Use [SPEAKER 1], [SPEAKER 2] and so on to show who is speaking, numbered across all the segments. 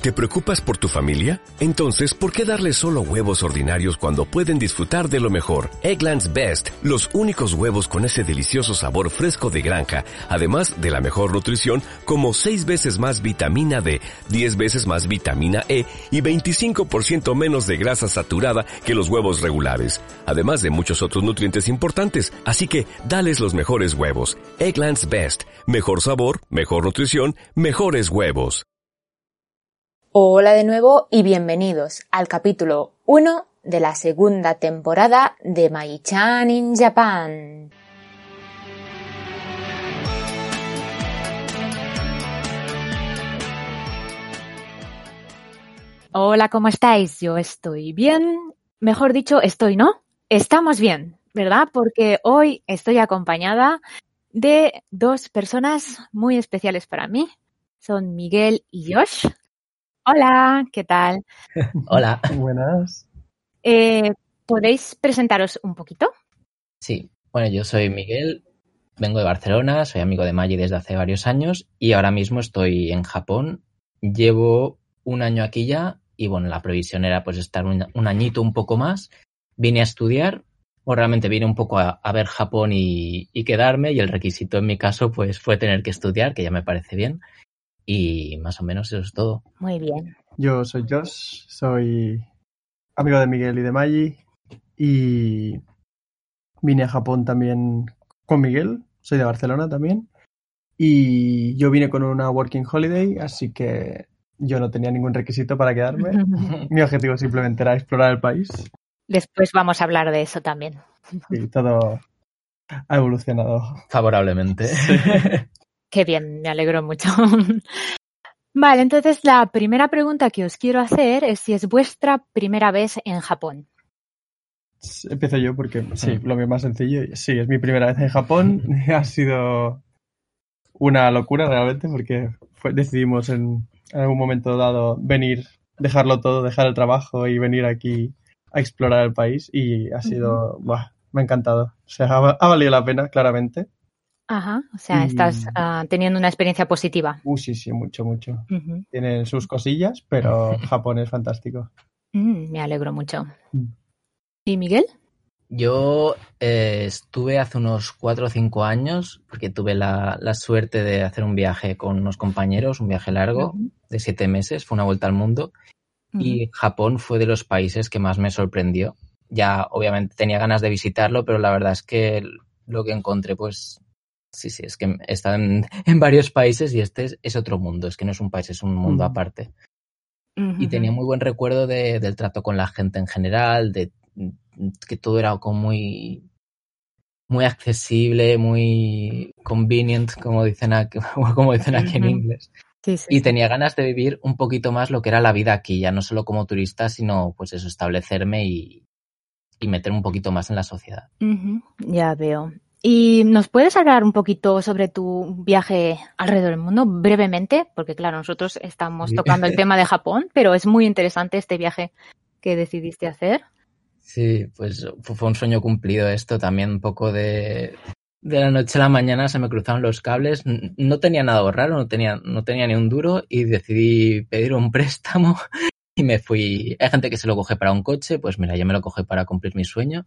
[SPEAKER 1] ¿Te preocupas por tu familia? Entonces, ¿por qué darles solo huevos ordinarios cuando pueden disfrutar de lo mejor? Eggland's Best, los únicos huevos con ese delicioso sabor fresco de granja, además de la mejor nutrición, como 6 veces más vitamina D, 10 veces más vitamina E y 25% menos de grasa saturada que los huevos regulares, además de muchos otros nutrientes importantes. Así que, dales los mejores huevos. Eggland's Best, mejor sabor, mejor nutrición, mejores huevos.
[SPEAKER 2] Hola de nuevo y bienvenidos al capítulo 1 de la segunda temporada de Mai-chan in Japan. Hola, ¿cómo estáis? Yo estoy bien. Mejor dicho, estamos bien, ¿verdad? Porque hoy estoy acompañada de 2 personas muy especiales para mí. Son Miguel y Josh. Hola, ¿qué tal?
[SPEAKER 3] Hola.
[SPEAKER 4] Buenas.
[SPEAKER 2] ¿Podéis presentaros un poquito?
[SPEAKER 3] Sí, bueno, yo soy Miguel, vengo de Barcelona, soy amigo de Maggi desde hace varios años y ahora mismo estoy en Japón. Llevo un año aquí ya y bueno, la previsión era pues estar un añito un poco más. Vine a estudiar, o realmente vine un poco a ver Japón y quedarme, y el requisito en mi caso pues fue tener que estudiar, que ya me parece bien. Y más o menos eso es todo.
[SPEAKER 2] Muy bien.
[SPEAKER 4] Yo soy Josh, soy amigo de Miguel y de Maggi y vine a Japón también con Miguel, soy de Barcelona también y yo vine con una working holiday, así que yo no tenía ningún requisito para quedarme. Mi objetivo simplemente era explorar el país.
[SPEAKER 2] Después vamos a hablar de eso también.
[SPEAKER 4] Y todo ha evolucionado
[SPEAKER 3] favorablemente.
[SPEAKER 4] Sí.
[SPEAKER 2] Qué bien, me alegro mucho. Vale, entonces la primera pregunta que os quiero hacer es si es vuestra primera vez en Japón.
[SPEAKER 4] Empiezo yo porque sí, lo mío más sencillo. Sí, es mi primera vez en Japón. Ha sido una locura realmente porque decidimos en algún momento dado venir, dejarlo todo, dejar el trabajo y venir aquí a explorar el país y ha sido, me ha encantado. O sea, ha valido la pena, claramente.
[SPEAKER 2] Ajá, o sea, estás teniendo una experiencia positiva.
[SPEAKER 4] Sí, mucho. Tienen sus cosillas, pero Japón es fantástico.
[SPEAKER 2] Me alegro mucho. ¿Y Miguel?
[SPEAKER 3] Yo estuve hace unos 4 o 5 años porque tuve la suerte de hacer un viaje con unos compañeros, un viaje largo de 7 meses, fue una vuelta al mundo y Japón fue de los países que más me sorprendió. Ya obviamente tenía ganas de visitarlo, pero la verdad es que lo que encontré pues sí, es que he estado en varios países y este es otro mundo, es que no es un país, es un mundo aparte. Y tenía muy buen recuerdo del trato con la gente en general, de que todo era como muy accesible, muy convenient, como dicen aquí en inglés.
[SPEAKER 2] Sí,
[SPEAKER 3] y tenía ganas de vivir un poquito más lo que era la vida aquí, ya no solo como turista, sino pues eso, establecerme y meterme un poquito más en la sociedad.
[SPEAKER 2] Ya veo. ¿Y nos puedes hablar un poquito sobre tu viaje alrededor del mundo brevemente? Porque claro, nosotros estamos tocando el tema de Japón, pero es muy interesante este viaje que decidiste hacer.
[SPEAKER 3] Sí, pues fue un sueño cumplido esto, también un poco de la noche a la mañana se me cruzaron los cables, no tenía nada raro, no tenía ni un duro y decidí pedir un préstamo y me fui. Hay gente que se lo coge para un coche, pues mira, yo me lo cogí para cumplir mi sueño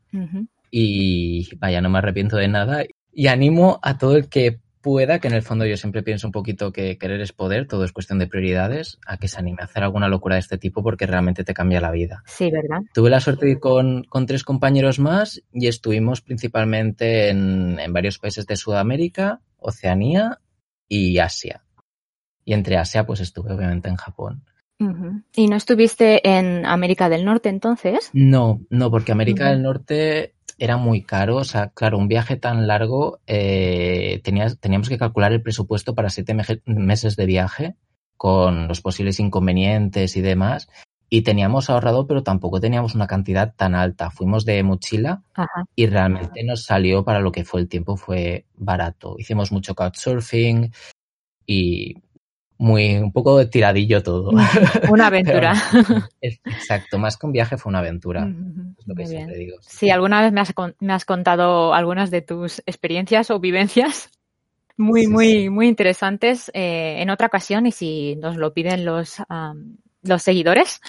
[SPEAKER 3] y vaya, no me arrepiento de nada y animo a todo el que pueda, que en el fondo yo siempre pienso un poquito que querer es poder, todo es cuestión de prioridades, a que se anime a hacer alguna locura de este tipo porque realmente te cambia la vida.
[SPEAKER 2] Sí, ¿verdad?
[SPEAKER 3] Tuve la suerte de ir con 3 compañeros más y estuvimos principalmente en varios países de Sudamérica, Oceanía y Asia. Y entre Asia pues estuve obviamente en Japón.
[SPEAKER 2] ¿Y no estuviste en América del Norte entonces?
[SPEAKER 3] No, porque América del Norte era muy caro. O sea, claro, un viaje tan largo teníamos que calcular el presupuesto para 7 meses de viaje con los posibles inconvenientes y demás. Y teníamos ahorrado, pero tampoco teníamos una cantidad tan alta. Fuimos de mochila y realmente nos salió para lo que fue el tiempo, fue barato. Hicimos mucho couchsurfing y un poco de tiradillo todo.
[SPEAKER 2] Una aventura.
[SPEAKER 3] Exacto, más que un viaje fue una aventura. Es lo que siempre digo.
[SPEAKER 2] Sí, alguna vez me has contado algunas de tus experiencias o vivencias muy interesantes en otra ocasión y si nos lo piden los los seguidores,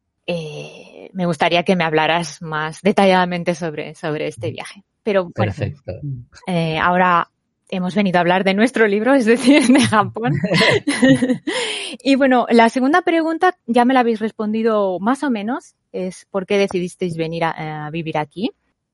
[SPEAKER 2] me gustaría que me hablaras más detalladamente sobre este viaje. Pero bueno,
[SPEAKER 3] Perfecto.
[SPEAKER 2] ahora hemos venido a hablar de nuestro libro, es decir, de Japón. Y bueno, la segunda pregunta ya me la habéis respondido más o menos, es ¿por qué decidisteis venir a vivir aquí?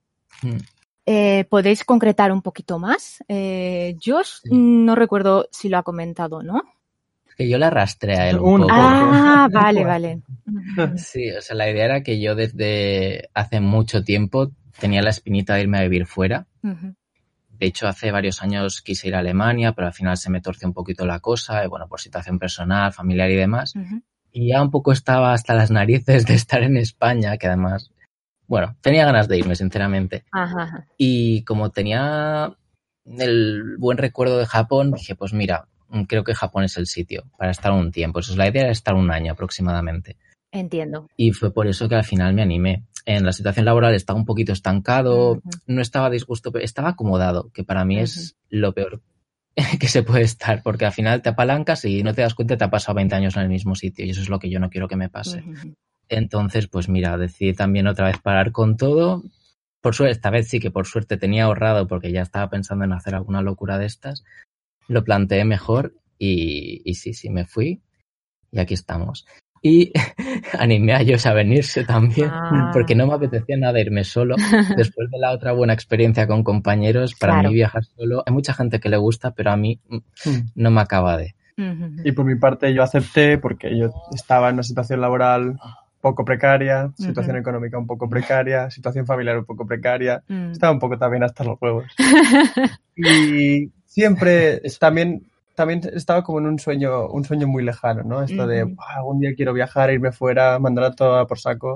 [SPEAKER 2] ¿Podéis concretar un poquito más? Josh, no recuerdo si lo ha comentado, ¿no?
[SPEAKER 3] Que yo la arrastré a él un poco.
[SPEAKER 2] Ah, vale.
[SPEAKER 3] Sí, o sea, la idea era que yo desde hace mucho tiempo tenía la espinita de irme a vivir fuera.
[SPEAKER 2] Uh-huh.
[SPEAKER 3] De hecho, hace varios años quise ir a Alemania, pero al final se me torció un poquito la cosa, y bueno, por situación personal, familiar y demás.
[SPEAKER 2] Uh-huh.
[SPEAKER 3] Y ya un poco estaba hasta las narices de estar en España, que además, bueno, tenía ganas de irme, sinceramente.
[SPEAKER 2] Ajá.
[SPEAKER 3] Y como tenía el buen recuerdo de Japón, dije, pues mira, creo que Japón es el sitio para estar un tiempo. Eso es, la idea era estar un año aproximadamente.
[SPEAKER 2] Entiendo.
[SPEAKER 3] Y fue por eso que al final me animé. En la situación laboral estaba un poquito estancado, no estaba a disgusto, pero estaba acomodado, que para mí es lo peor que se puede estar, porque al final te apalancas y no te das cuenta, te ha pasado 20 años en el mismo sitio y eso es lo que yo no quiero que me pase. Entonces, pues mira, decidí también otra vez parar con todo. Por suerte, esta vez sí que por suerte tenía ahorrado porque ya estaba pensando en hacer alguna locura de estas. Lo planteé mejor y sí, me fui y aquí estamos. Y animé a Josh a venirse también, porque no me apetecía nada irme solo. Después de la otra buena experiencia con compañeros, para mí viajar solo, hay mucha gente que le gusta, pero a mí no me acaba de.
[SPEAKER 4] Y por mi parte yo acepté porque yo estaba en una situación laboral poco precaria, situación económica un poco precaria, situación familiar un poco precaria. Estaba un poco también hasta los huevos. Y siempre también estaba como en un sueño muy lejano, ¿no? Esto de algún día quiero viajar, irme fuera, mandar todo por saco,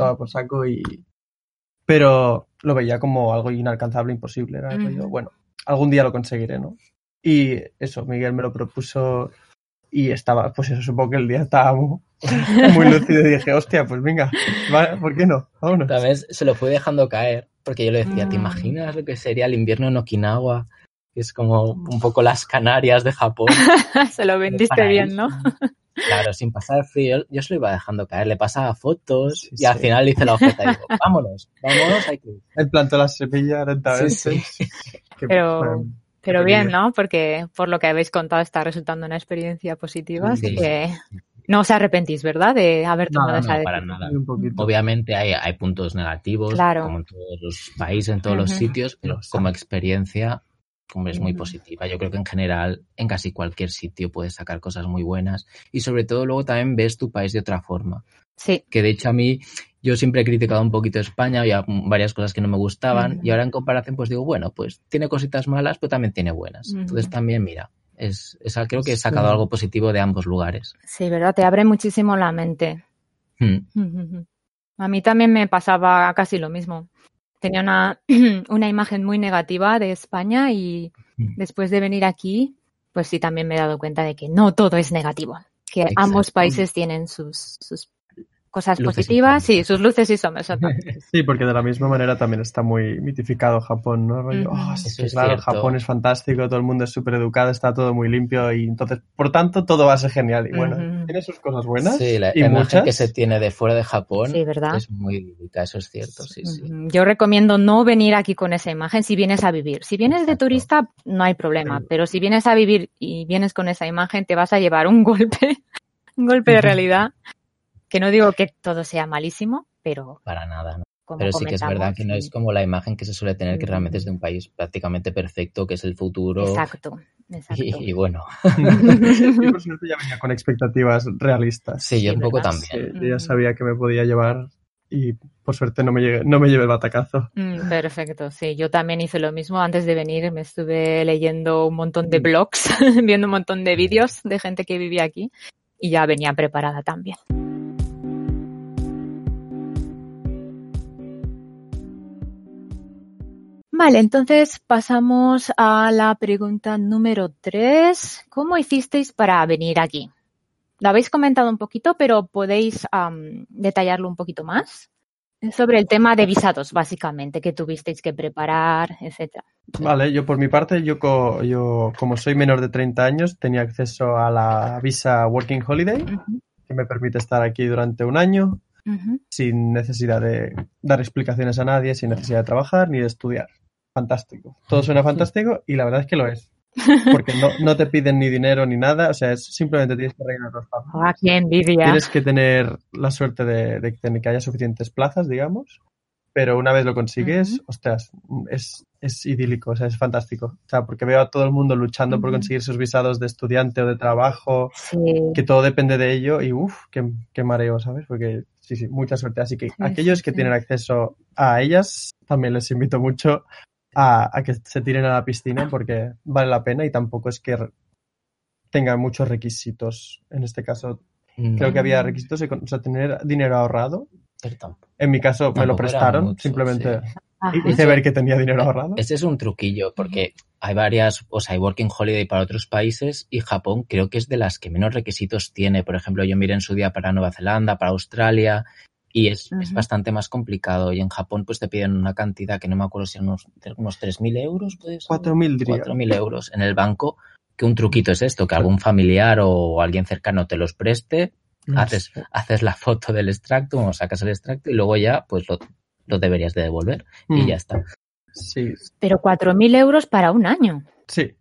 [SPEAKER 4] pero lo veía como algo inalcanzable, imposible. Era rollo, bueno, algún día lo conseguiré, ¿no? Y eso, Miguel me lo propuso y estaba, pues eso, supongo que el día estaba muy lúcido y dije, hostia, pues venga, ¿vale? ¿Por qué no? Vámonos.
[SPEAKER 3] También se lo fui dejando caer, porque yo le decía, ¿te imaginas lo que sería el invierno en Okinawa? Es como un poco las Canarias de Japón.
[SPEAKER 2] Se lo vendiste bien, ¿no?
[SPEAKER 3] Claro, sin pasar frío, yo se lo iba dejando caer, le pasaba fotos y al final le hice la oferta y digo, vámonos, hay que ir.
[SPEAKER 4] El planto la semilla lentamente.
[SPEAKER 3] Sí.
[SPEAKER 2] Pero bien, ¿no? Porque por lo que habéis contado está resultando una experiencia positiva, así que no os arrepentís, ¿verdad? De haber tomado esa decisión.
[SPEAKER 3] No, para nada. Obviamente hay puntos negativos, como en todos los países, en todos los sitios, pero como experiencia es muy positiva. Yo creo que en general en casi cualquier sitio puedes sacar cosas muy buenas y sobre todo luego también ves tu país de otra forma.
[SPEAKER 2] Sí.
[SPEAKER 3] Que de hecho a mí, yo siempre he criticado un poquito España, había varias cosas que no me gustaban y ahora en comparación pues digo, bueno, pues tiene cositas malas, pero también tiene buenas. Entonces también, mira, creo que he sacado algo positivo de ambos lugares.
[SPEAKER 2] Sí, ¿verdad? Te abre muchísimo la mente. A mí también me pasaba casi lo mismo. Tenía una imagen muy negativa de España y después de venir aquí, pues sí, también me he dado cuenta de que no todo es negativo, que ambos países tienen sus cosas luces positivas, sí, sus luces y sombras.
[SPEAKER 4] Sí, porque de la misma manera también está muy mitificado Japón, ¿no? Claro, Japón es fantástico, todo el mundo es súper educado, está todo muy limpio y entonces, por tanto, todo va a ser genial. Y bueno, tiene sus cosas buenas.
[SPEAKER 3] Sí, la
[SPEAKER 4] imagen
[SPEAKER 3] muchas que se tiene de fuera de Japón
[SPEAKER 2] ¿verdad?
[SPEAKER 3] Es muy idílica, eso es cierto, sí.
[SPEAKER 2] Yo recomiendo no venir aquí con esa imagen si vienes a vivir. Si vienes de turista, no hay problema, pero si vienes a vivir y vienes con esa imagen, te vas a llevar un golpe de realidad. Que no digo que todo sea malísimo, pero...
[SPEAKER 3] Para nada, ¿no? Pero sí que es verdad que no es como la imagen que se suele tener, que realmente es de un país prácticamente perfecto, que es el futuro.
[SPEAKER 2] Exacto.
[SPEAKER 3] Y bueno.
[SPEAKER 4] Yo por suerte ya venía con expectativas realistas.
[SPEAKER 3] Sí, yo un poco también.
[SPEAKER 4] Yo ya sabía que me podía llevar y por suerte no me llevé el batacazo.
[SPEAKER 2] Perfecto, sí. Yo también hice lo mismo. Antes de venir me estuve leyendo un montón de blogs, viendo un montón de vídeos de gente que vivía aquí y ya venía preparada también. Vale, entonces pasamos a la pregunta número 3. ¿Cómo hicisteis para venir aquí? Lo habéis comentado un poquito, pero ¿podéis detallarlo un poquito más? Sobre el tema de visados, básicamente, que tuvisteis que preparar, etcétera.
[SPEAKER 4] Vale, yo por mi parte, yo como soy menor de 30 años, tenía acceso a la visa Working Holiday, que me permite estar aquí durante un año sin necesidad de dar explicaciones a nadie, sin necesidad de trabajar ni de estudiar. Fantástico. Todo suena fantástico y la verdad es que lo es. Porque no te piden ni dinero ni nada, o sea, simplemente tienes que rellenar los papeles.
[SPEAKER 2] ¡Ah, qué envidia!
[SPEAKER 4] Tienes que tener la suerte de que haya suficientes plazas, digamos, pero una vez lo consigues, ostras, es idílico, o sea, es fantástico. O sea, porque veo a todo el mundo luchando por conseguir sus visados de estudiante o de trabajo, que todo depende de ello y qué mareo, ¿sabes? Porque sí, mucha suerte. Así que aquellos que tienen acceso a ellas, también les invito mucho a que se tiren a la piscina porque vale la pena y tampoco es que tengan muchos requisitos. En este caso, creo que había requisitos, o sea, tener dinero ahorrado. En mi caso me lo prestaron, mucho, simplemente hice ver que tenía dinero ahorrado.
[SPEAKER 3] Ese es un truquillo porque hay varias, o sea, hay Working Holiday para otros países y Japón creo que es de las que menos requisitos tiene. Por ejemplo, yo miré en su día para Nueva Zelanda, para Australia y es bastante más complicado. Y en Japón pues te piden una cantidad que no me acuerdo si eran unos 3.000 euros, ¿puede ser?
[SPEAKER 4] 4.000 diría.
[SPEAKER 3] 4.000 euros en el banco. Que un truquito es esto, que algún familiar o alguien cercano te los preste. Haces la foto del extracto o sacas el extracto y luego ya pues lo deberías de devolver y ya está.
[SPEAKER 4] Sí.
[SPEAKER 2] Pero 4.000 euros para un año.
[SPEAKER 4] Sí.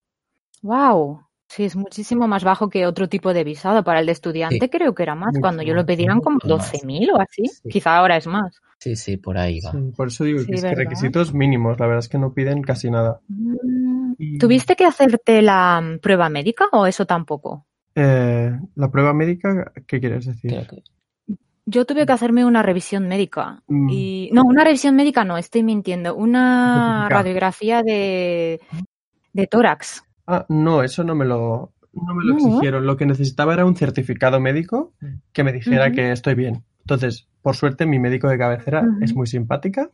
[SPEAKER 2] ¡Wow! Sí, es muchísimo más bajo que otro tipo de visado. Para el de estudiante creo que era más. Cuando yo lo pedí eran como 12.000 o así. Sí. Quizá ahora es más.
[SPEAKER 3] Sí, por ahí va.
[SPEAKER 4] Sí, por eso digo que es que requisitos mínimos. La verdad es que no piden casi nada.
[SPEAKER 2] ¿Tuviste que hacerte la prueba médica o eso tampoco?
[SPEAKER 4] ¿La prueba médica? ¿Qué quieres decir?
[SPEAKER 2] Yo tuve que hacerme una revisión médica. No, una revisión médica no, estoy mintiendo. Una radiografía de tórax.
[SPEAKER 4] No, eso no me lo exigieron. Lo que necesitaba era un certificado médico que me dijera que estoy bien. Entonces, por suerte, mi médico de cabecera es muy simpática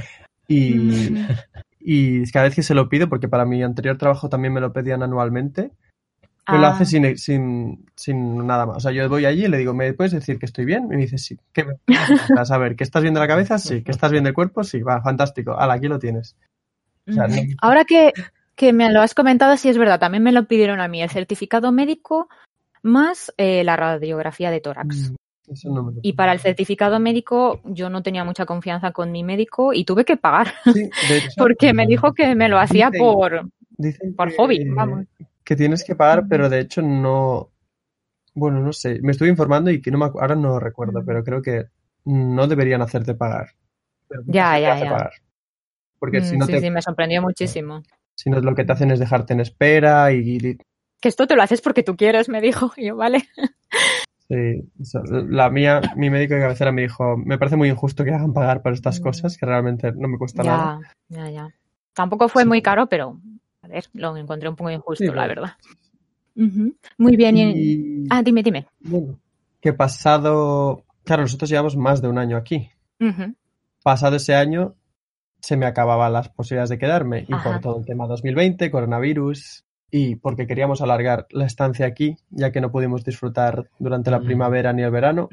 [SPEAKER 4] y cada vez que se lo pido, porque para mi anterior trabajo también me lo pedían anualmente, me lo hace sin nada más. O sea, yo voy allí y le digo, ¿me puedes decir que estoy bien? Y me dice, sí. ¿Qué me necesitas? A ver, ¿que estás bien de la cabeza? Sí. ¿Que estás bien del cuerpo? Sí. Va, fantástico. Hala, aquí lo tienes. O sea,
[SPEAKER 2] Ahora que me lo has comentado, sí es verdad, también me lo pidieron a mí, el certificado médico más la radiografía de tórax.
[SPEAKER 4] Eso no me lo
[SPEAKER 2] y para el certificado médico yo no tenía mucha confianza con mi médico y tuve que pagar.
[SPEAKER 4] Sí, de hecho,
[SPEAKER 2] porque me dijo que me lo hacía por hobby, vamos.
[SPEAKER 4] Que tienes que pagar, pero de hecho no... Bueno, no sé, me estuve informando y que ahora no recuerdo, pero creo que no deberían hacerte pagar. Pero
[SPEAKER 2] ya.
[SPEAKER 4] Pagar. Porque si no
[SPEAKER 2] sí, me sorprendió muchísimo.
[SPEAKER 4] Si no, lo que te hacen es dejarte en espera y...
[SPEAKER 2] Que esto te lo haces porque tú quieres, me dijo. Y yo, vale.
[SPEAKER 4] Sí, mi médico de cabecera me dijo, me parece muy injusto que hagan pagar por estas cosas, que realmente no me cuesta nada.
[SPEAKER 2] Ya. Tampoco fue muy caro, pero a ver, lo encontré un poco injusto, la verdad. Muy bien. Dime.
[SPEAKER 4] Bueno, que pasado... Claro, nosotros llevamos más de un año aquí. Pasado ese año, se me acababan las posibilidades de quedarme. Y por todo el tema 2020, coronavirus... Y porque queríamos alargar la estancia aquí, ya que no pudimos disfrutar durante la primavera ni el verano,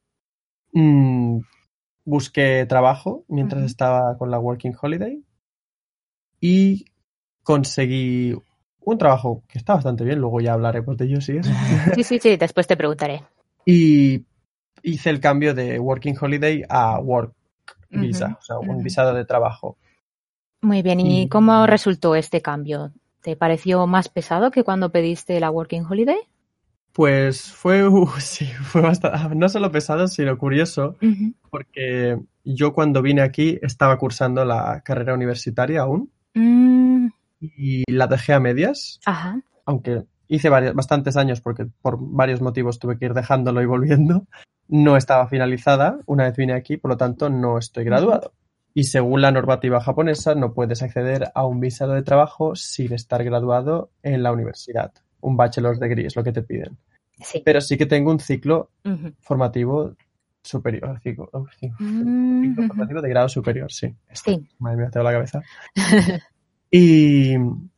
[SPEAKER 4] busqué trabajo mientras estaba con la Working Holiday y conseguí un trabajo que está bastante bien, luego ya hablaremos de ello, ¿sí?
[SPEAKER 2] Sí, después te preguntaré.
[SPEAKER 4] Y hice el cambio de Working Holiday a Work Visa, o sea, un visado de trabajo.
[SPEAKER 2] Muy bien, ¿y cómo resultó este cambio? ¿Te pareció más pesado que cuando pediste la Working Holiday?
[SPEAKER 4] Pues fue bastante, no solo pesado, sino curioso, porque yo cuando vine aquí estaba cursando la carrera universitaria aún y la dejé a medias, aunque hice bastantes años porque por varios motivos tuve que ir dejándolo y volviendo, no estaba finalizada una vez vine aquí, por lo tanto no estoy graduado. Y según la normativa japonesa, no puedes acceder a un visado de trabajo sin estar graduado en la universidad. Un bachelor's degree es lo que te piden.
[SPEAKER 2] Sí.
[SPEAKER 4] Pero sí que tengo un ciclo formativo superior. Ciclo formativo de grado superior, sí. Madre mía, tengo la cabeza. Y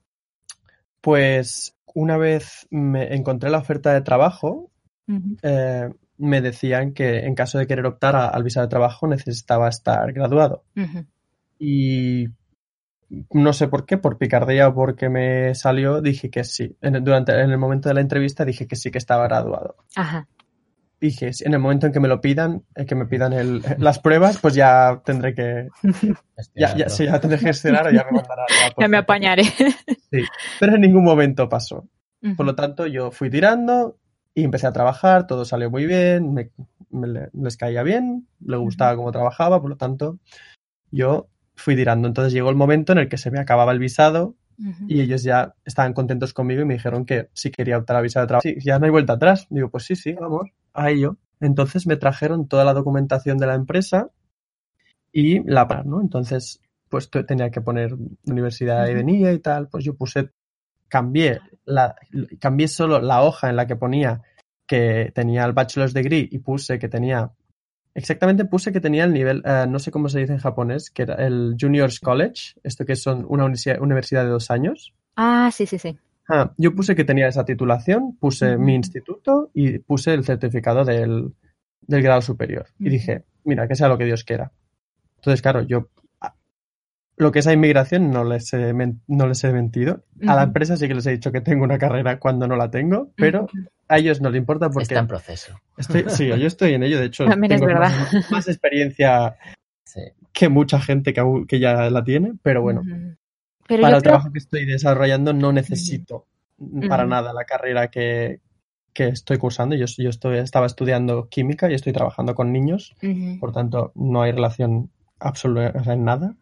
[SPEAKER 4] pues una vez me encontré la oferta de trabajo, me decían que en caso de querer optar al visado de trabajo necesitaba estar graduado. Y no sé por qué, por picardía o porque me salió, dije que sí. En el momento de la entrevista dije que sí que estaba graduado. dije, en el momento en que me lo pidan, que me pidan las pruebas, pues ya tendré que ya tendré que gestionar o ya me mandarán.
[SPEAKER 2] Ya me apañaré.
[SPEAKER 4] Sí, pero en ningún momento pasó. Por lo tanto, yo fui tirando y empecé a trabajar, todo salió muy bien, les caía bien, les gustaba cómo trabajaba, por lo tanto, yo fui tirando. Entonces llegó el momento en el que se me acababa el visado y ellos ya estaban contentos conmigo y me dijeron que si quería optar a visado de trabajo. Sí, ya no hay vuelta atrás. Digo, pues sí, vamos, a ello. Entonces me trajeron toda la documentación de la empresa y ¿no? Entonces, pues tenía que poner universidad de venía y tal. Pues yo cambié solo la hoja en la que ponía que tenía el bachelor's degree y puse que tenía el nivel, no sé cómo se dice en japonés, que era el Junior's College, esto que son una universidad de 2 años.
[SPEAKER 2] Ah, sí.
[SPEAKER 4] Yo puse que tenía esa titulación, puse mi instituto y puse el certificado del grado superior. Y dije, mira, que sea lo que Dios quiera. Entonces, claro, yo lo que es a inmigración no les he mentido. A la empresa sí que les he dicho que tengo una carrera cuando no la tengo, pero a ellos no les importa porque...
[SPEAKER 3] Está en proceso.
[SPEAKER 4] Yo estoy en ello. De hecho,
[SPEAKER 2] también
[SPEAKER 4] tengo
[SPEAKER 2] es verdad.
[SPEAKER 4] más experiencia que mucha gente que ya la tiene, pero bueno,
[SPEAKER 2] pero
[SPEAKER 4] para el trabajo que estoy desarrollando no necesito para nada la carrera que estoy cursando. Yo estaba estudiando química y estoy trabajando con niños, por tanto no hay relación absoluta, o sea, en nada.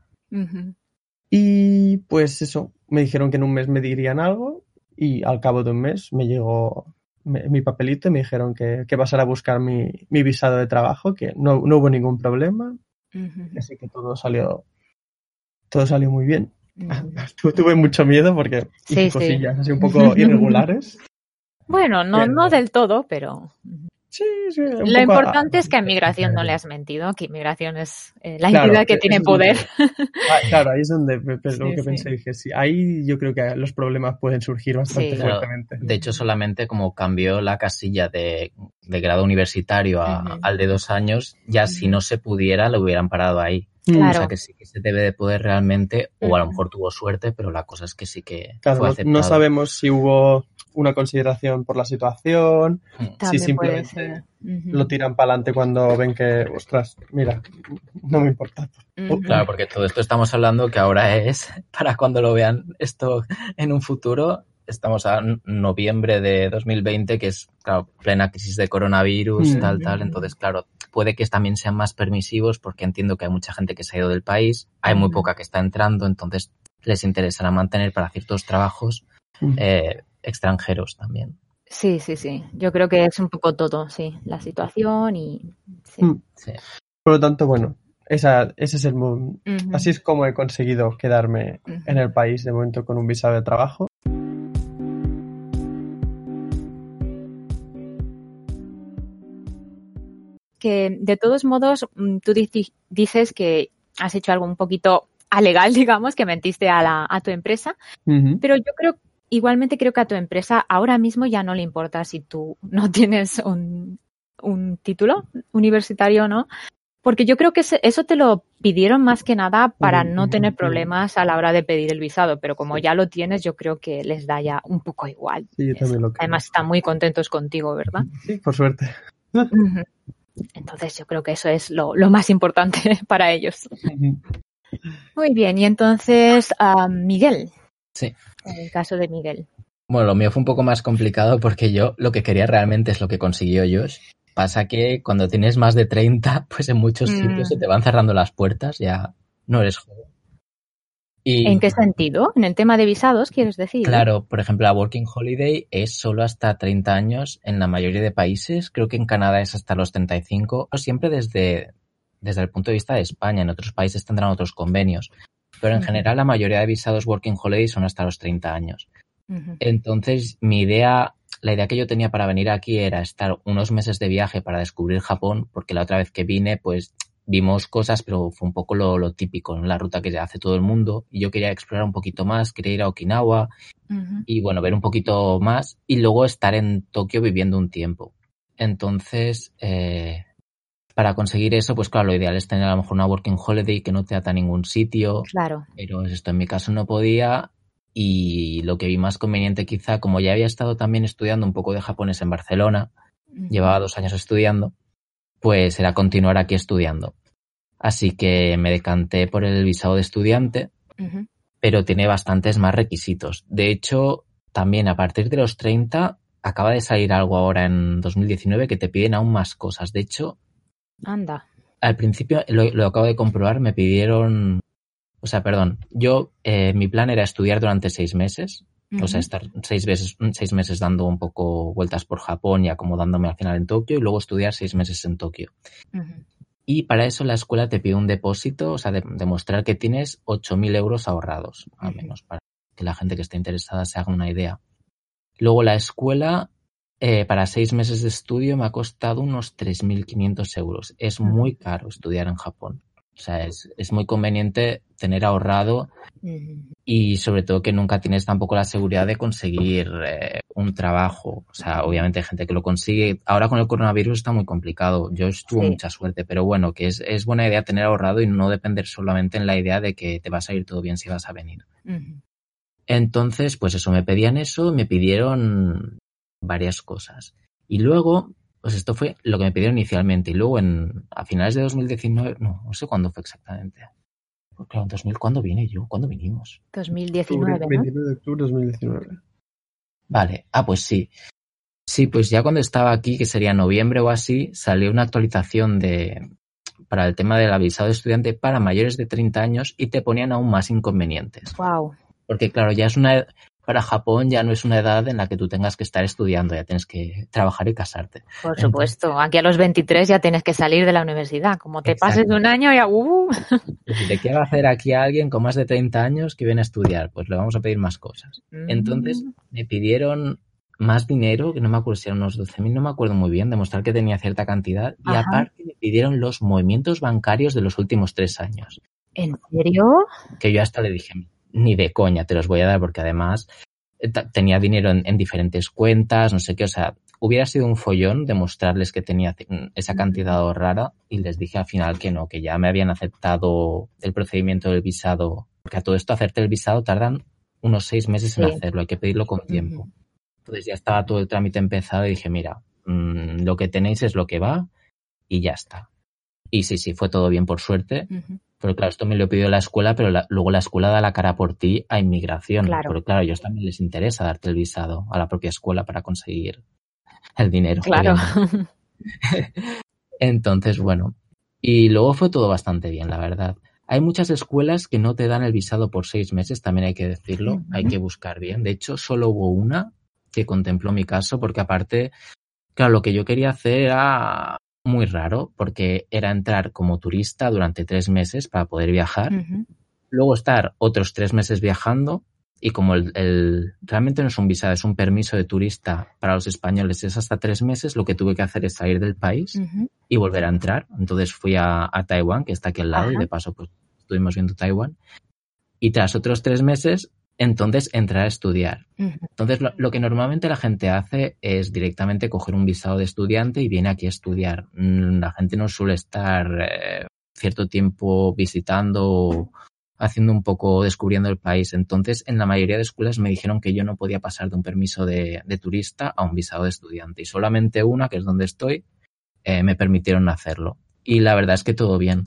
[SPEAKER 4] Y pues eso, me dijeron que en un mes me dirían algo y al cabo de un mes me llegó mi papelito y me dijeron que pasara a buscar mi visado de trabajo, que no hubo ningún problema, así que todo salió muy bien. Tuve mucho miedo porque hice cosillas así un poco irregulares.
[SPEAKER 2] Bueno, no del todo, pero...
[SPEAKER 4] Sí,
[SPEAKER 2] lo importante es que a Inmigración no le has mentido, que Inmigración es la entidad que tiene poder.
[SPEAKER 4] Claro, ahí es donde pensé, dije, sí, ahí yo creo que los problemas pueden surgir bastante fuertemente.
[SPEAKER 3] De hecho, solamente como cambió la casilla de grado universitario al de 2 años, ya si no se pudiera, lo hubieran parado ahí.
[SPEAKER 2] Claro.
[SPEAKER 3] O sea que sí que se debe de poder realmente, o a lo mejor tuvo suerte, pero la cosa es que sí que fue aceptado.
[SPEAKER 4] No sabemos si hubo una consideración por la situación, si simplemente lo tiran para adelante cuando ven que, ostras, mira, no me importa.
[SPEAKER 3] Claro, porque todo esto estamos hablando que ahora es para cuando lo vean esto en un futuro. Estamos a noviembre de 2020, que es, claro, plena crisis de coronavirus, tal. Entonces, claro, puede que también sean más permisivos porque entiendo que hay mucha gente que se ha ido del país, hay muy poca que está entrando, entonces les interesará mantener para ciertos trabajos extranjeros también.
[SPEAKER 2] Sí. Yo creo que es un poco todo, sí, la situación y... Sí.
[SPEAKER 4] Por lo tanto, bueno, ese es el así es como he conseguido quedarme en el país de momento con un visado de trabajo.
[SPEAKER 2] Que de todos modos, tú dices que has hecho algo un poquito alegal, digamos, que mentiste a tu empresa, pero yo igualmente creo que a tu empresa ahora mismo ya no le importa si tú no tienes un título universitario o no, porque yo creo que eso te lo pidieron más que nada para no tener problemas a la hora de pedir el visado, pero como ya lo tienes, yo creo que les da ya un poco igual.
[SPEAKER 4] Sí, yo también lo creo.
[SPEAKER 2] Además están muy contentos contigo, ¿verdad?
[SPEAKER 4] Sí, por suerte.
[SPEAKER 2] Entonces yo creo que eso es lo más importante para ellos. Muy bien, y entonces Miguel.
[SPEAKER 3] Sí.
[SPEAKER 2] En el caso de Miguel.
[SPEAKER 3] Bueno, lo mío fue un poco más complicado porque yo lo que quería realmente es lo que consiguió Josh. Pasa que cuando tienes más de 30, pues en muchos sitios se te van cerrando las puertas, ya no eres joven.
[SPEAKER 2] ¿En qué sentido? ¿En el tema de visados, quieres decir?
[SPEAKER 3] Claro, por ejemplo, la Working Holiday es solo hasta 30 años en la mayoría de países. Creo que en Canadá es hasta los 35. Siempre desde el punto de vista de España. En otros países tendrán otros convenios. Pero en general la mayoría de visados Working Holiday son hasta los 30 años. Entonces, la idea que yo tenía para venir aquí era estar unos meses de viaje para descubrir Japón, porque la otra vez que vine, pues vimos cosas, pero fue un poco lo típico, ¿no? La ruta que hace todo el mundo. Y yo quería explorar un poquito más, quería ir a Okinawa y, bueno, ver un poquito más y luego estar en Tokio viviendo un tiempo. Entonces, para conseguir eso, pues claro, lo ideal es tener a lo mejor una Working Holiday que no te ata a ningún sitio.
[SPEAKER 2] Claro.
[SPEAKER 3] Pero esto en mi caso no podía y lo que vi más conveniente quizá, como ya había estado también estudiando un poco de japonés en Barcelona, llevaba 2 años estudiando, pues era continuar aquí estudiando. Así que me decanté por el visado de estudiante, pero tiene bastantes más requisitos. De hecho, también a partir de los 30 acaba de salir algo ahora en 2019 que te piden aún más cosas. De hecho,
[SPEAKER 2] anda.
[SPEAKER 3] Al principio, lo acabo de comprobar, me pidieron... O sea, perdón, yo, mi plan era estudiar durante 6 meses, o sea, estar 6 meses dando un poco vueltas por Japón y acomodándome al final en Tokio, y luego estudiar 6 meses en Tokio. Y para eso la escuela te pide un depósito, o sea, demostrar que tienes 8.000 euros ahorrados, al menos, para que la gente que esté interesada se haga una idea. Luego la escuela, para 6 meses de estudio me ha costado unos 3.500 euros. Es muy caro estudiar en Japón. O sea, es muy conveniente tener ahorrado y sobre todo que nunca tienes tampoco la seguridad de conseguir un trabajo. O sea, obviamente hay gente que lo consigue. Ahora con el coronavirus está muy complicado. Yo tuve mucha suerte, pero bueno, que es buena idea tener ahorrado y no depender solamente en la idea de que te va a salir todo bien si vas a venir. Entonces, pues eso, me pedían eso, me pidieron varias cosas. Y luego... Pues esto fue lo que me pidieron inicialmente. Y luego a finales de 2019, no sé cuándo fue exactamente. Pues claro, en 2000, ¿cuándo vine yo? ¿Cuándo vinimos?
[SPEAKER 2] 2019, ¿no?
[SPEAKER 4] 29 de octubre de 2019.
[SPEAKER 3] Vale, pues sí. Sí, pues ya cuando estaba aquí, que sería noviembre o así, salió una actualización para el tema del visado de estudiante para mayores de 30 años y te ponían aún más inconvenientes.
[SPEAKER 2] Wow.
[SPEAKER 3] Porque claro, para Japón ya no es una edad en la que tú tengas que estar estudiando, ya tienes que trabajar y casarte.
[SPEAKER 2] Por supuesto, aquí a los 23 ya tienes que salir de la universidad. Como te pases un año ya...
[SPEAKER 3] Si te quiere hacer aquí a alguien con más de 30 años que viene a estudiar, pues le vamos a pedir más cosas. Entonces me pidieron más dinero, que no me acuerdo si eran unos 12.000, no me acuerdo muy bien, demostrar que tenía cierta cantidad. Y aparte me pidieron los movimientos bancarios de los últimos 3 años.
[SPEAKER 2] ¿En serio?
[SPEAKER 3] Que yo hasta le dije... Ni de coña te los voy a dar porque además tenía dinero en diferentes cuentas, no sé qué, o sea, hubiera sido un follón demostrarles que tenía esa cantidad ahorrada y les dije al final que no, que ya me habían aceptado el procedimiento del visado, porque a todo esto hacerte el visado tardan unos 6 meses en hacerlo, hay que pedirlo con tiempo. Entonces ya estaba todo el trámite empezado y dije, mira, lo que tenéis es lo que va y ya está. Y sí, fue todo bien por suerte. Pero claro, esto me lo pidió la escuela, pero luego la escuela da la cara por ti a inmigración. Claro. Pero claro, a ellos también les interesa darte el visado a la propia escuela para conseguir el dinero.
[SPEAKER 2] Claro.
[SPEAKER 3] Entonces, bueno. Y luego fue todo bastante bien, la verdad. Hay muchas escuelas que no te dan el visado por 6 meses, también hay que decirlo. Hay que buscar bien. De hecho, solo hubo una que contempló mi caso, porque aparte, claro, lo que yo quería hacer era... muy raro, porque era entrar como turista durante 3 meses para poder viajar, luego estar otros 3 meses viajando y como realmente no es un visado, es un permiso de turista para los españoles, es hasta 3 meses, lo que tuve que hacer es salir del país y volver a entrar. Entonces fui a Taiwán, que está aquí al lado, y de paso pues estuvimos viendo Taiwán. Y tras otros 3 meses, entonces entrar a estudiar. Entonces lo que normalmente la gente hace es directamente coger un visado de estudiante y viene aquí a estudiar. La gente no suele estar cierto tiempo visitando, haciendo un poco, descubriendo el país. Entonces en la mayoría de escuelas me dijeron que yo no podía pasar de un permiso de turista a un visado de estudiante. Y solamente una, que es donde estoy, me permitieron hacerlo. Y la verdad es que todo bien.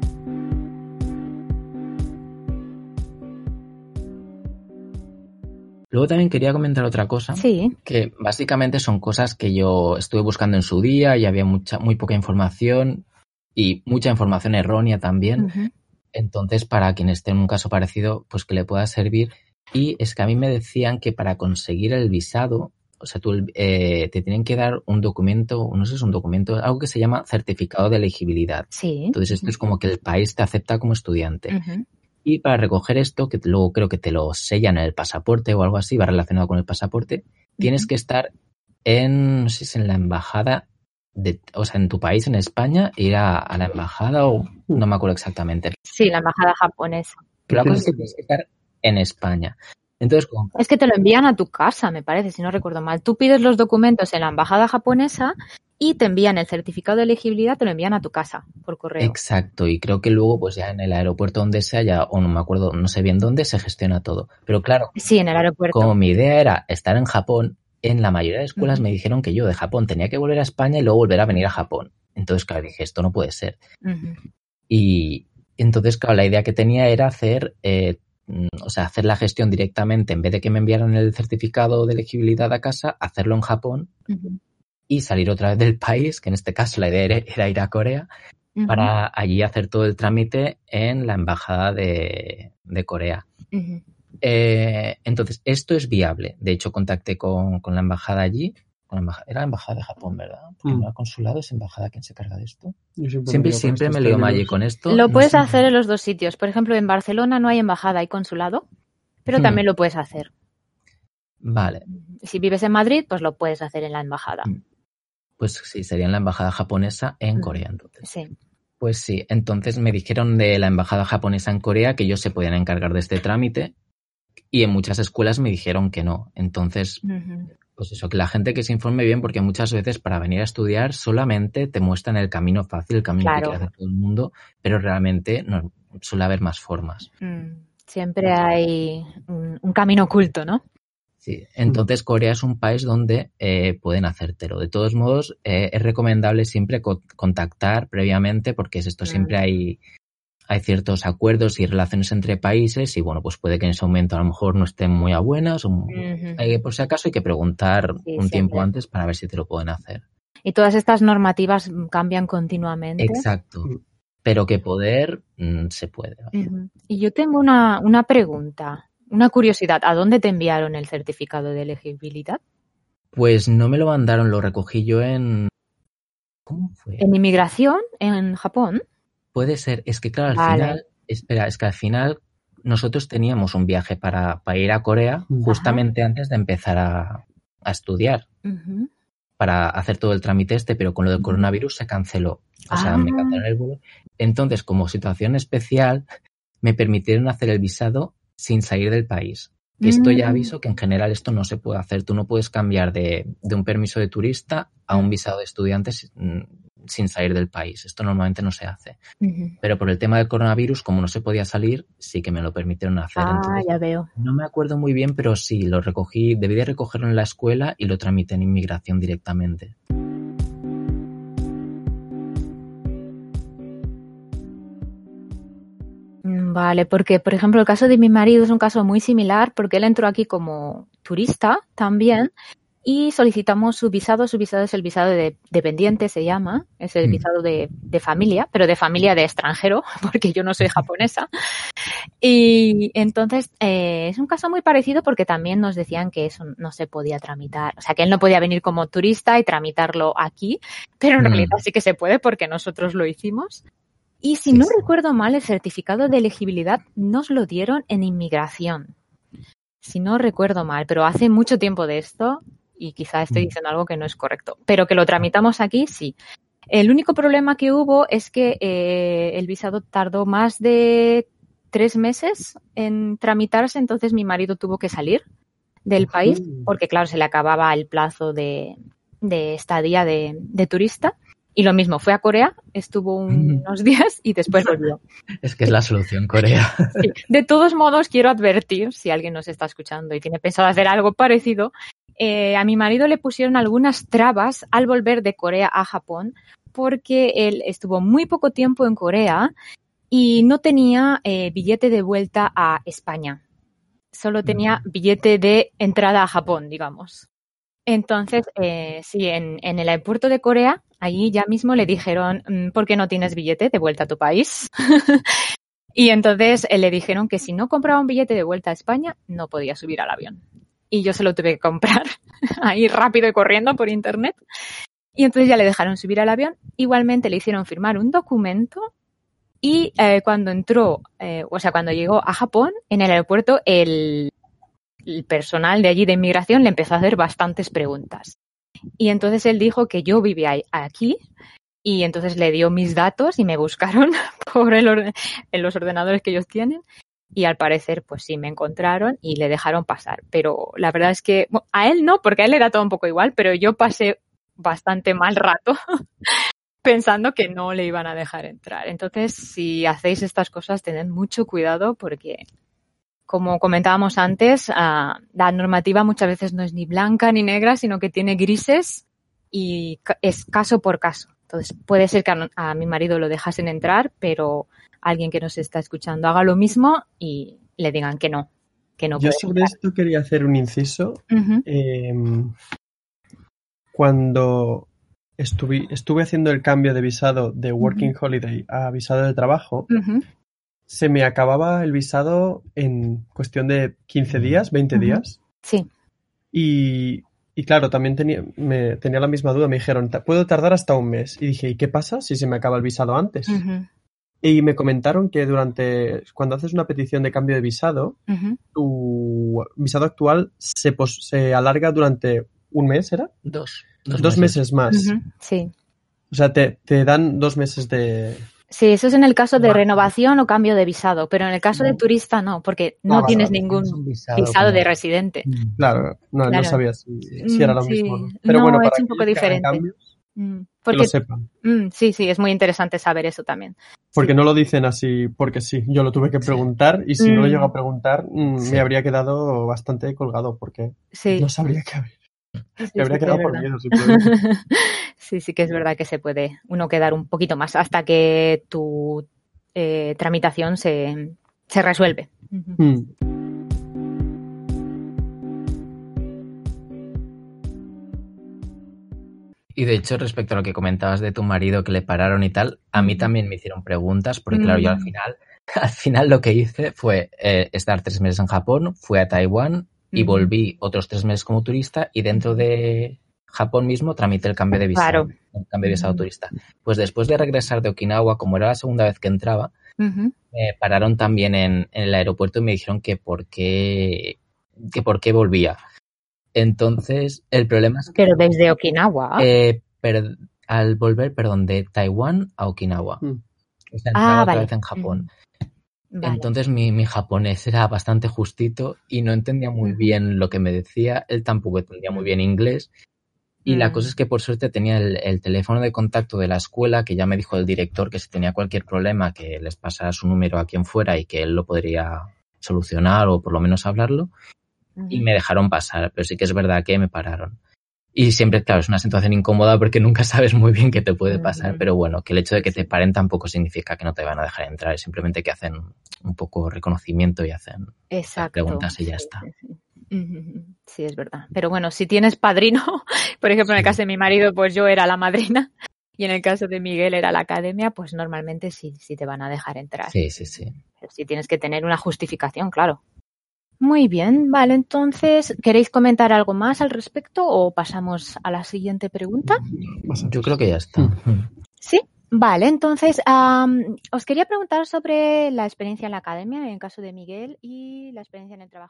[SPEAKER 3] Luego también quería comentar otra cosa, que básicamente son cosas que yo estuve buscando en su día y había muy poca información y mucha información errónea también. Entonces, para quien esté en un caso parecido, pues que le pueda servir. Y es que a mí me decían que para conseguir el visado, o sea, te tienen que dar un documento, no sé si es un documento, algo que se llama certificado de elegibilidad. Entonces, esto es como que el país te acepta como estudiante. Y para recoger esto, que luego creo que te lo sellan en el pasaporte o algo así, va relacionado con el pasaporte, tienes que estar no sé si en la embajada, o sea, en tu país, en España, ir a la embajada o no me acuerdo exactamente.
[SPEAKER 2] Sí, la embajada japonesa.
[SPEAKER 3] Pero la cosa es que tienes que estar en España. Entonces,
[SPEAKER 2] es que te lo envían a tu casa, me parece, si no recuerdo mal. Tú pides los documentos en la embajada japonesa y te envían el certificado de elegibilidad, te lo envían a tu casa por correo.
[SPEAKER 3] Exacto, y creo que luego pues ya en el aeropuerto donde sea, ya, o no me acuerdo, no sé bien dónde, se gestiona todo. Pero claro,
[SPEAKER 2] sí, en el aeropuerto.
[SPEAKER 3] Como mi idea era estar en Japón, en la mayoría de escuelas me dijeron que yo de Japón tenía que volver a España y luego volver a venir a Japón. Entonces, claro, dije, esto no puede ser. Y entonces, claro, la idea que tenía era hacer la gestión directamente, en vez de que me enviaran el certificado de elegibilidad a casa, hacerlo en Japón y salir otra vez del país, que en este caso la idea era ir a Corea, para allí hacer todo el trámite en la embajada de Corea. Entonces, esto es viable. De hecho, contacté con la embajada allí. Era la embajada de Japón, ¿verdad? Porque no era consulado, es embajada quien se carga de esto. Siempre me leo Maggi con esto.
[SPEAKER 2] Lo puedes hacer en los dos sitios. Por ejemplo, en Barcelona no hay embajada, hay consulado, pero también lo puedes hacer.
[SPEAKER 3] Vale.
[SPEAKER 2] Si vives en Madrid, pues lo puedes hacer en la embajada.
[SPEAKER 3] Pues sí, sería en la embajada japonesa en Corea, entonces.
[SPEAKER 2] Sí.
[SPEAKER 3] Pues sí, entonces me dijeron de la embajada japonesa en Corea que ellos se podían encargar de este trámite y en muchas escuelas me dijeron que no. Entonces, pues eso, que la gente que se informe bien, porque muchas veces para venir a estudiar solamente te muestran el camino fácil, el camino que quiere hacer todo el mundo, pero realmente no, suele haber más formas.
[SPEAKER 2] Siempre hay un camino oculto, ¿no?
[SPEAKER 3] Sí, entonces Corea es un país donde pueden hacértelo. De todos modos, es recomendable siempre contactar previamente porque es esto, siempre hay ciertos acuerdos y relaciones entre países y bueno, pues puede que en ese momento a lo mejor no estén muy a buenas o por si acaso hay que preguntar un tiempo antes para ver si te lo pueden hacer.
[SPEAKER 2] Y todas estas normativas cambian continuamente.
[SPEAKER 3] Exacto, pero que poder se puede.
[SPEAKER 2] Y yo tengo una pregunta. Una curiosidad, ¿a dónde te enviaron el certificado de elegibilidad?
[SPEAKER 3] Pues no me lo mandaron, lo recogí yo en... ¿Cómo fue?
[SPEAKER 2] ¿En inmigración en Japón?
[SPEAKER 3] Puede ser, es que claro, al final nosotros teníamos un viaje para ir a Corea justamente antes de empezar a estudiar para hacer todo el trámite pero con lo del coronavirus se canceló. O sea, me cancelaron el vuelo. Entonces, como situación especial, me permitieron hacer el visado sin salir del país. Esto ya aviso que en general esto no se puede hacer. Tú no puedes cambiar de un permiso de turista a un visado de estudiante sin salir del país. Esto normalmente no se hace. Pero por el tema del coronavirus, como no se podía salir, sí que me lo permitieron hacer. Entonces,
[SPEAKER 2] ya veo.
[SPEAKER 3] No me acuerdo muy bien, pero sí, lo recogí, debí de recogerlo en la escuela y lo tramité en inmigración directamente.
[SPEAKER 2] Vale, porque, por ejemplo, el caso de mi marido es un caso muy similar porque él entró aquí como turista también y solicitamos su visado. Su visado es el visado de dependiente, se llama. Es el visado de familia, pero de familia de extranjero, porque yo no soy japonesa. Y entonces es un caso muy parecido porque también nos decían que eso no se podía tramitar. O sea, que él no podía venir como turista y tramitarlo aquí, pero en realidad sí que se puede porque nosotros lo hicimos. Y si no recuerdo mal, el certificado de elegibilidad nos lo dieron en inmigración. Si no recuerdo mal, pero hace mucho tiempo de esto y quizá estoy diciendo algo que no es correcto. Pero que lo tramitamos aquí, sí. El único problema que hubo es que el visado tardó más de 3 meses en tramitarse, entonces mi marido tuvo que salir del país porque, claro, se le acababa el plazo de estadía de turista. Y lo mismo, fue a Corea, estuvo unos días y después volvió.
[SPEAKER 3] Es que es la solución, Corea.
[SPEAKER 2] Sí. De todos modos, quiero advertir, si alguien nos está escuchando y tiene pensado hacer algo parecido, a mi marido le pusieron algunas trabas al volver de Corea a Japón porque él estuvo muy poco tiempo en Corea y no tenía billete de vuelta a España. Solo tenía billete de entrada a Japón, digamos. Entonces, sí, en el aeropuerto de Corea, allí ya mismo le dijeron, ¿por qué no tienes billete de vuelta a tu país? Y entonces le dijeron que si no compraba un billete de vuelta a España, no podía subir al avión. Y yo se lo tuve que comprar ahí rápido y corriendo por internet. Y entonces ya le dejaron subir al avión. Igualmente le hicieron firmar un documento y cuando cuando llegó a Japón, en el aeropuerto, el personal de allí de inmigración le empezó a hacer bastantes preguntas. Y entonces él dijo que yo vivía aquí y entonces le dio mis datos y me buscaron en los ordenadores que ellos tienen y al parecer pues sí me encontraron y le dejaron pasar. Pero la verdad es que a él no, porque a él le da todo un poco igual, pero yo pasé bastante mal rato pensando que no le iban a dejar entrar. Entonces, si hacéis estas cosas, tened mucho cuidado porque como comentábamos antes, la normativa muchas veces no es ni blanca ni negra, sino que tiene grises y es caso por caso. Entonces, puede ser que a mi marido lo dejasen entrar, pero alguien que nos está escuchando haga lo mismo y le digan que no
[SPEAKER 4] Yo sobre esto quería hacer un inciso. Cuando estuve haciendo el cambio de visado de Working Holiday a visado de trabajo, se me acababa el visado en cuestión de 15 días, 20 días.
[SPEAKER 2] Sí.
[SPEAKER 4] Y claro, también tenía la misma duda. Me dijeron, puedo tardar hasta un mes. Y dije, ¿y qué pasa si se me acaba el visado antes? Y me comentaron que cuando haces una petición de cambio de visado, tu visado actual se alarga durante un mes, ¿era? Dos meses más.
[SPEAKER 2] Sí.
[SPEAKER 4] O sea, te dan 2 meses de...
[SPEAKER 2] Sí, eso es en el caso de renovación o cambio de visado, pero en el caso de turista no, porque no tienes ningún visado de residente.
[SPEAKER 4] Claro, no sabía si era lo mismo. ¿No? Pero bueno,
[SPEAKER 2] es
[SPEAKER 4] para
[SPEAKER 2] un poco diferente.
[SPEAKER 4] Cambios,
[SPEAKER 2] porque,
[SPEAKER 4] que lo sepan.
[SPEAKER 2] Sí, es muy interesante saber eso también.
[SPEAKER 4] Porque no lo dicen así porque sí. Yo lo tuve que preguntar y si no lo llego a preguntar me habría quedado bastante colgado porque no sabría qué haber. Me habría quedado por miedo, simplemente.
[SPEAKER 2] Sí que es verdad que se puede uno quedar un poquito más hasta que tu tramitación se resuelve.
[SPEAKER 3] Y de hecho, respecto a lo que comentabas de tu marido que le pararon y tal, a mí también me hicieron preguntas, porque claro, yo al final lo que hice fue estar 3 meses en Japón, fui a Taiwán y volví otros 3 meses como turista y dentro de Japón mismo tramité el cambio de visado, el cambio de visado turista. Pues después de regresar de Okinawa, como era la segunda vez que entraba, me pararon también en el aeropuerto y me dijeron que por qué volvía. Entonces, el problema es que...
[SPEAKER 2] Pero desde Okinawa.
[SPEAKER 3] Al volver, de Taiwán a Okinawa. O sea, entraba otra vez en Japón. Vale. Entonces mi japonés era bastante justito y no entendía muy bien lo que me decía. Él tampoco entendía muy bien inglés. Y la cosa es que por suerte tenía el teléfono de contacto de la escuela, que ya me dijo el director que si tenía cualquier problema que les pasara su número a quien fuera y que él lo podría solucionar o por lo menos hablarlo. Y me dejaron pasar, pero sí que es verdad que me pararon. Y siempre, claro, es una situación incómoda porque nunca sabes muy bien qué te puede pasar, pero bueno, que el hecho de que te paren tampoco significa que no te van a dejar entrar, es simplemente que hacen un poco reconocimiento y hacen preguntas y ya está.
[SPEAKER 2] Sí, es verdad. Pero bueno, si tienes padrino, por ejemplo, en el caso de mi marido, pues yo era la madrina y en el caso de Miguel era la academia, pues normalmente sí te van a dejar entrar.
[SPEAKER 3] Sí.
[SPEAKER 2] Pero sí tienes que tener una justificación, claro. Muy bien, vale, entonces, ¿queréis comentar algo más al respecto o pasamos a la siguiente pregunta?
[SPEAKER 3] Yo creo que ya está.
[SPEAKER 2] Sí, vale, entonces, os quería preguntar sobre la experiencia en la academia, en el caso de Miguel, y la experiencia en el trabajo.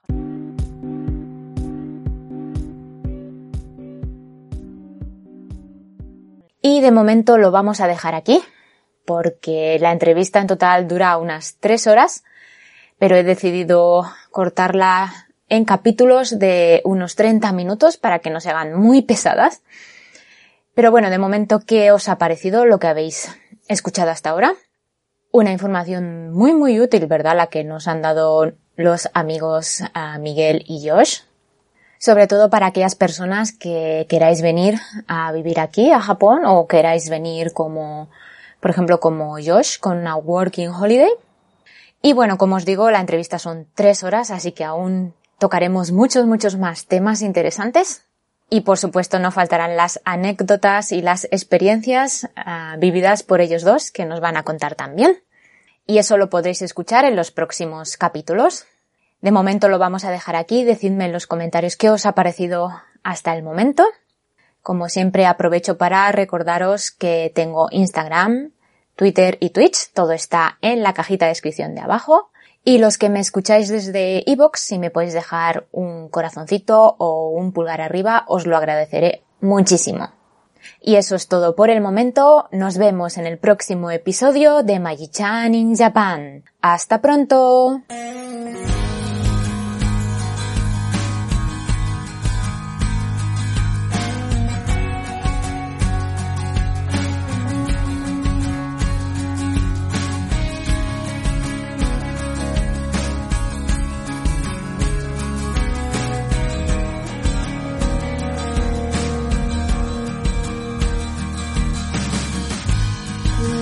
[SPEAKER 2] Y de momento lo vamos a dejar aquí, porque la entrevista en total dura unas 3 horas, pero he decidido cortarla en capítulos de unos 30 minutos para que no se hagan muy pesadas. Pero bueno, de momento, ¿qué os ha parecido lo que habéis escuchado hasta ahora? Una información muy muy útil, ¿verdad? La que nos han dado los amigos Miguel y Josh. Sobre todo para aquellas personas que queráis venir a vivir aquí, a Japón, o queráis venir como, por ejemplo, como Josh, con una Working Holiday. Y bueno, como os digo, la entrevista son 3 horas, así que aún tocaremos muchos más temas interesantes. Y por supuesto no faltarán las anécdotas y las experiencias vividas por ellos dos, que nos van a contar también. Y eso lo podréis escuchar en los próximos capítulos. De momento lo vamos a dejar aquí. Decidme en los comentarios qué os ha parecido hasta el momento. Como siempre, aprovecho para recordaros que tengo Instagram, Twitter y Twitch, todo está en la cajita de descripción de abajo. Y los que me escucháis desde iVoox, si me podéis dejar un corazoncito o un pulgar arriba, os lo agradeceré muchísimo. Y eso es todo por el momento. Nos vemos en el próximo episodio de Magi-chan in Japan. ¡Hasta pronto!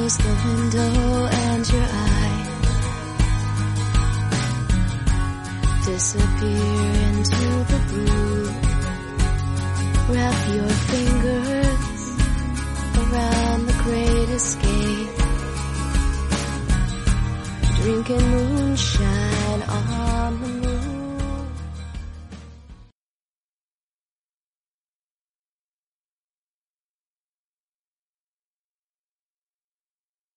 [SPEAKER 5] Close the window and your eyes disappear into the blue. Wrap your fingers around the great escape. Drinking moonshine on